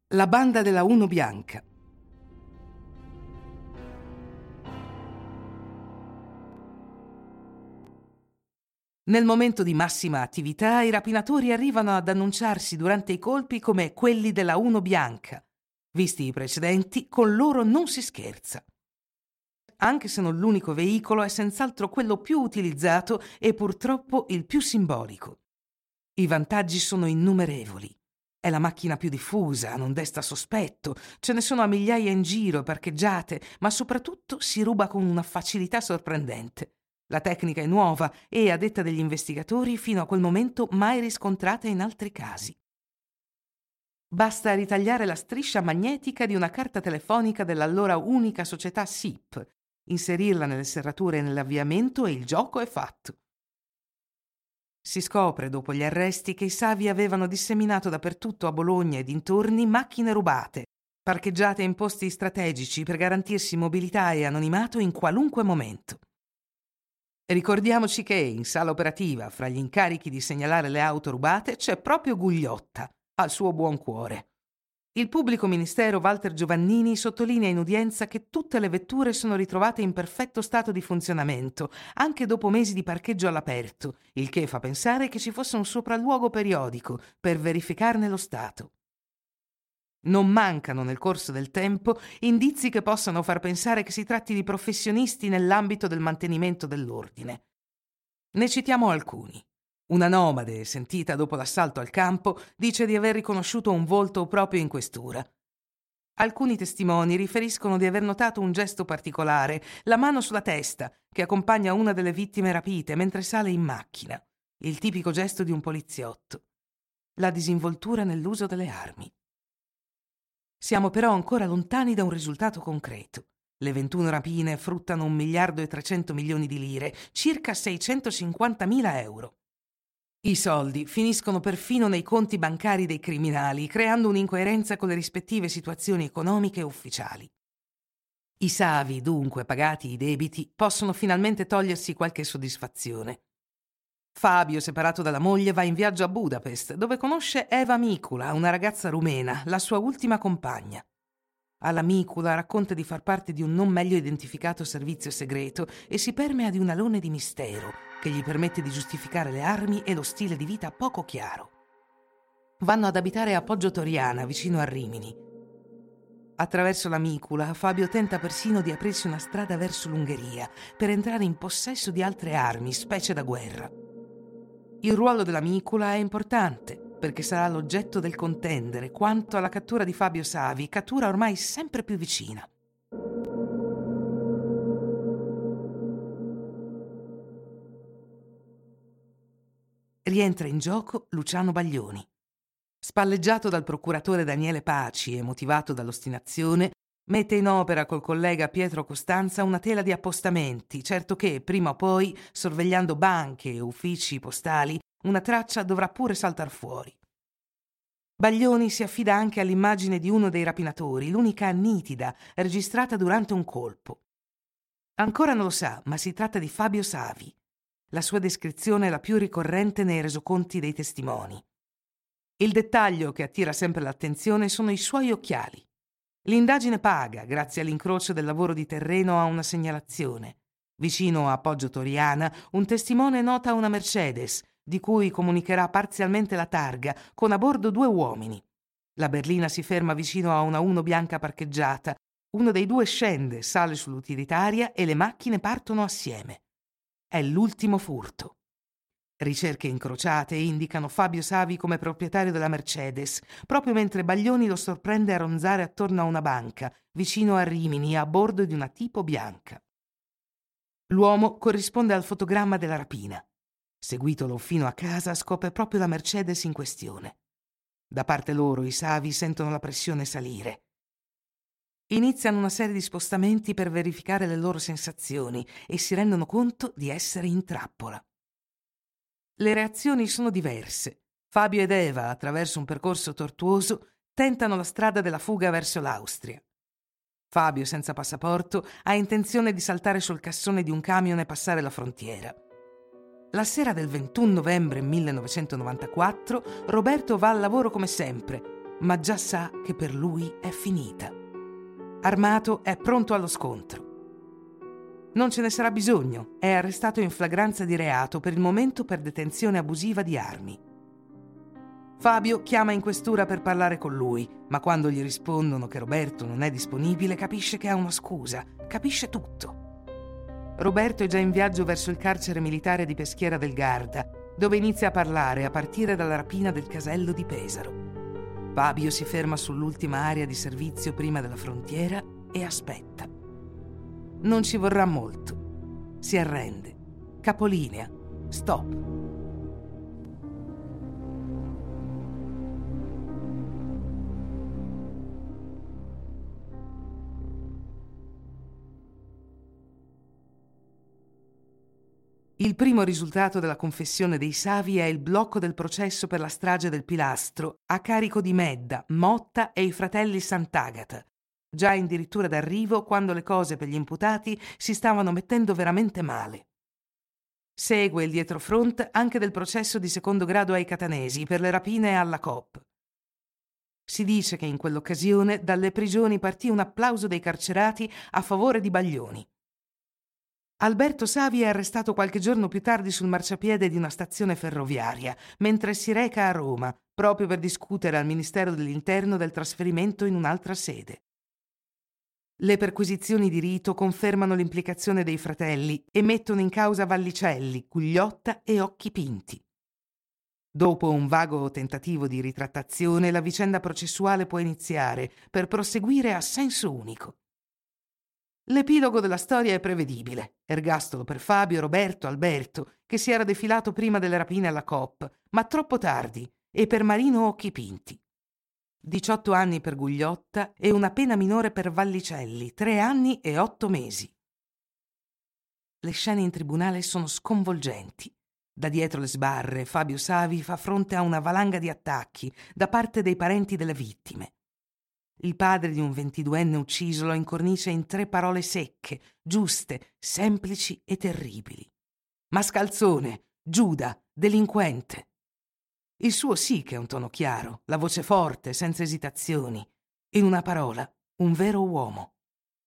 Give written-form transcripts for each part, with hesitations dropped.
La banda della Uno Bianca. Nel momento di massima attività, i rapinatori arrivano ad annunciarsi durante i colpi come quelli della Uno Bianca. Visti i precedenti, con loro non si scherza. Anche se non l'unico veicolo, è senz'altro quello più utilizzato e purtroppo il più simbolico. I vantaggi sono innumerevoli. È la macchina più diffusa, non desta sospetto, ce ne sono a migliaia in giro, parcheggiate, ma soprattutto si ruba con una facilità sorprendente. La tecnica è nuova e, a detta degli investigatori, fino a quel momento mai riscontrata in altri casi. Basta ritagliare la striscia magnetica di una carta telefonica dell'allora unica società SIP, inserirla nelle serrature e nell'avviamento e il gioco è fatto. Si scopre dopo gli arresti che i Savi avevano disseminato dappertutto a Bologna e dintorni macchine rubate, parcheggiate in posti strategici per garantirsi mobilità e anonimato in qualunque momento. Ricordiamoci che in sala operativa, fra gli incarichi di segnalare le auto rubate, c'è proprio Gugliotta, al suo buon cuore. Il pubblico ministero Walter Giovannini sottolinea in udienza che tutte le vetture sono ritrovate in perfetto stato di funzionamento, anche dopo mesi di parcheggio all'aperto, il che fa pensare che ci fosse un sopralluogo periodico per verificarne lo stato. Non mancano nel corso del tempo indizi che possano far pensare che si tratti di professionisti nell'ambito del mantenimento dell'ordine. Ne citiamo alcuni. Una nomade, sentita dopo l'assalto al campo, dice di aver riconosciuto un volto proprio in questura. Alcuni testimoni riferiscono di aver notato un gesto particolare, la mano sulla testa, che accompagna una delle vittime rapite mentre sale in macchina, il tipico gesto di un poliziotto. La disinvoltura nell'uso delle armi. Siamo però ancora lontani da un risultato concreto. Le 21 rapine fruttano 1.300 milioni di lire, circa 650.000 euro. I soldi finiscono perfino nei conti bancari dei criminali, creando un'incoerenza con le rispettive situazioni economiche e ufficiali. I Savi, dunque, pagati i debiti, possono finalmente togliersi qualche soddisfazione. Fabio, separato dalla moglie, va in viaggio a Budapest, dove conosce Eva Micula, una ragazza rumena, la sua ultima compagna. Alla Micula racconta di far parte di un non meglio identificato servizio segreto e si permea di un alone di mistero che gli permette di giustificare le armi e lo stile di vita poco chiaro. Vanno ad abitare a Poggio Toriana, vicino a Rimini. Attraverso la Micula, Fabio tenta persino di aprirsi una strada verso l'Ungheria per entrare in possesso di altre armi, specie da guerra. Il ruolo della Micula è importante perché sarà l'oggetto del contendere quanto alla cattura di Fabio Savi, cattura ormai sempre più vicina. Rientra in gioco Luciano Baglioni. Spalleggiato dal procuratore Daniele Paci e motivato dall'ostinazione, mette in opera col collega Pietro Costanza una tela di appostamenti, certo che, prima o poi, sorvegliando banche e uffici postali, una traccia dovrà pure saltar fuori. Baglioni si affida anche all'immagine di uno dei rapinatori, l'unica nitida, registrata durante un colpo. Ancora non lo sa, ma si tratta di Fabio Savi. La sua descrizione è la più ricorrente nei resoconti dei testimoni. Il dettaglio che attira sempre l'attenzione sono i suoi occhiali. L'indagine paga, grazie all'incrocio del lavoro di terreno, a una segnalazione. Vicino a Poggio Toriana, un testimone nota una Mercedes, di cui comunicherà parzialmente la targa, con a bordo 2 uomini. La berlina si ferma vicino a una Uno Bianca parcheggiata. Uno dei 2 scende, sale sull'utilitaria e le macchine partono assieme. È l'ultimo furto. Ricerche incrociate indicano Fabio Savi come proprietario della Mercedes, proprio mentre Baglioni lo sorprende a ronzare attorno a una banca, vicino a Rimini, a bordo di una Tipo bianca. L'uomo corrisponde al fotogramma della rapina. Seguitolo fino a casa, scopre proprio la Mercedes in questione. Da parte loro i Savi sentono la pressione salire. Iniziano una serie di spostamenti per verificare le loro sensazioni e si rendono conto di essere in trappola. Le reazioni sono diverse. Fabio ed Eva, attraverso un percorso tortuoso, tentano la strada della fuga verso l'Austria. Fabio, senza passaporto, ha intenzione di saltare sul cassone di un camion e passare la frontiera. La sera del 21 novembre 1994, Roberto va al lavoro come sempre, ma già sa che per lui è finita. Armato, è pronto allo scontro. Non ce ne sarà bisogno, è arrestato in flagranza di reato per il momento per detenzione abusiva di armi. Fabio chiama in questura per parlare con lui, ma quando gli rispondono che Roberto non è disponibile capisce che ha una scusa, capisce tutto. Roberto è già in viaggio verso il carcere militare di Peschiera del Garda, dove inizia a parlare a partire dalla rapina del casello di Pesaro. Fabio si ferma sull'ultima area di servizio prima della frontiera e aspetta. Non ci vorrà molto. Si arrende. Capolinea. Stop. Il primo risultato della confessione dei Savi è il blocco del processo per la strage del Pilastro a carico di Medda, Motta e i fratelli Sant'Agata, già addirittura d'arrivo quando le cose per gli imputati si stavano mettendo veramente male. Segue il dietrofront anche del processo di secondo grado ai catanesi per le rapine alla Coop. Si dice che in quell'occasione dalle prigioni partì un applauso dei carcerati a favore di Baglioni. Alberto Savi è arrestato qualche giorno più tardi sul marciapiede di una stazione ferroviaria, mentre si reca a Roma, proprio per discutere al Ministero dell'Interno del trasferimento in un'altra sede. Le perquisizioni di rito confermano l'implicazione dei fratelli e mettono in causa Vallicelli, Gugliotta e Occhipinti. Dopo un vago tentativo di ritrattazione, la vicenda processuale può iniziare, per proseguire a senso unico. L'epilogo della storia è prevedibile. Ergastolo per Fabio, Roberto, Alberto, che si era defilato prima delle rapine alla Coop, ma troppo tardi, e per Marino Occhipinti. 18 anni per Gugliotta e una pena minore per Vallicelli, 3 anni e 8 mesi. Le scene in tribunale sono sconvolgenti. Da dietro le sbarre, Fabio Savi fa fronte a una valanga di attacchi da parte dei parenti delle vittime. Il padre di un 22enne ucciso lo incornicia in 3 parole secche, giuste, semplici e terribili. Mascalzone, Giuda, delinquente. Il suo sì che è un tono chiaro, la voce forte, senza esitazioni. In una parola, un vero uomo.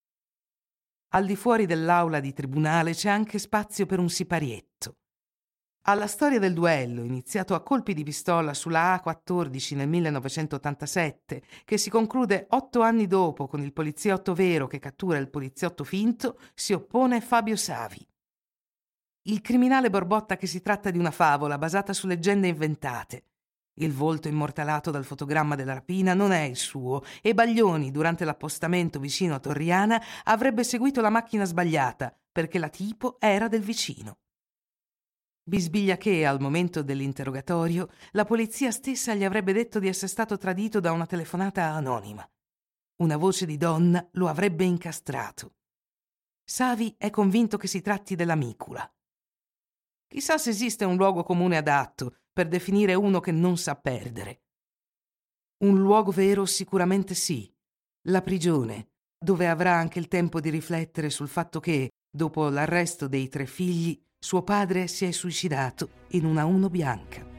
Al di fuori dell'aula di tribunale c'è anche spazio per un siparietto. Alla storia del duello, iniziato a colpi di pistola sulla A14 nel 1987, che si conclude 8 anni dopo con il poliziotto vero che cattura il poliziotto finto, si oppone Fabio Savi. Il criminale borbotta che si tratta di una favola basata su leggende inventate. Il volto immortalato dal fotogramma della rapina non è il suo e Baglioni, durante l'appostamento vicino a Torriana, avrebbe seguito la macchina sbagliata perché la tipo era del vicino. Bisbiglia che, al momento dell'interrogatorio, la polizia stessa gli avrebbe detto di essere stato tradito da una telefonata anonima. Una voce di donna lo avrebbe incastrato. Savi è convinto che si tratti della micula. Chissà se esiste un luogo comune adatto per definire uno che non sa perdere. Un luogo vero sicuramente sì, la prigione, dove avrà anche il tempo di riflettere sul fatto che, dopo l'arresto dei 3 figli, suo padre si è suicidato in una 1 bianca.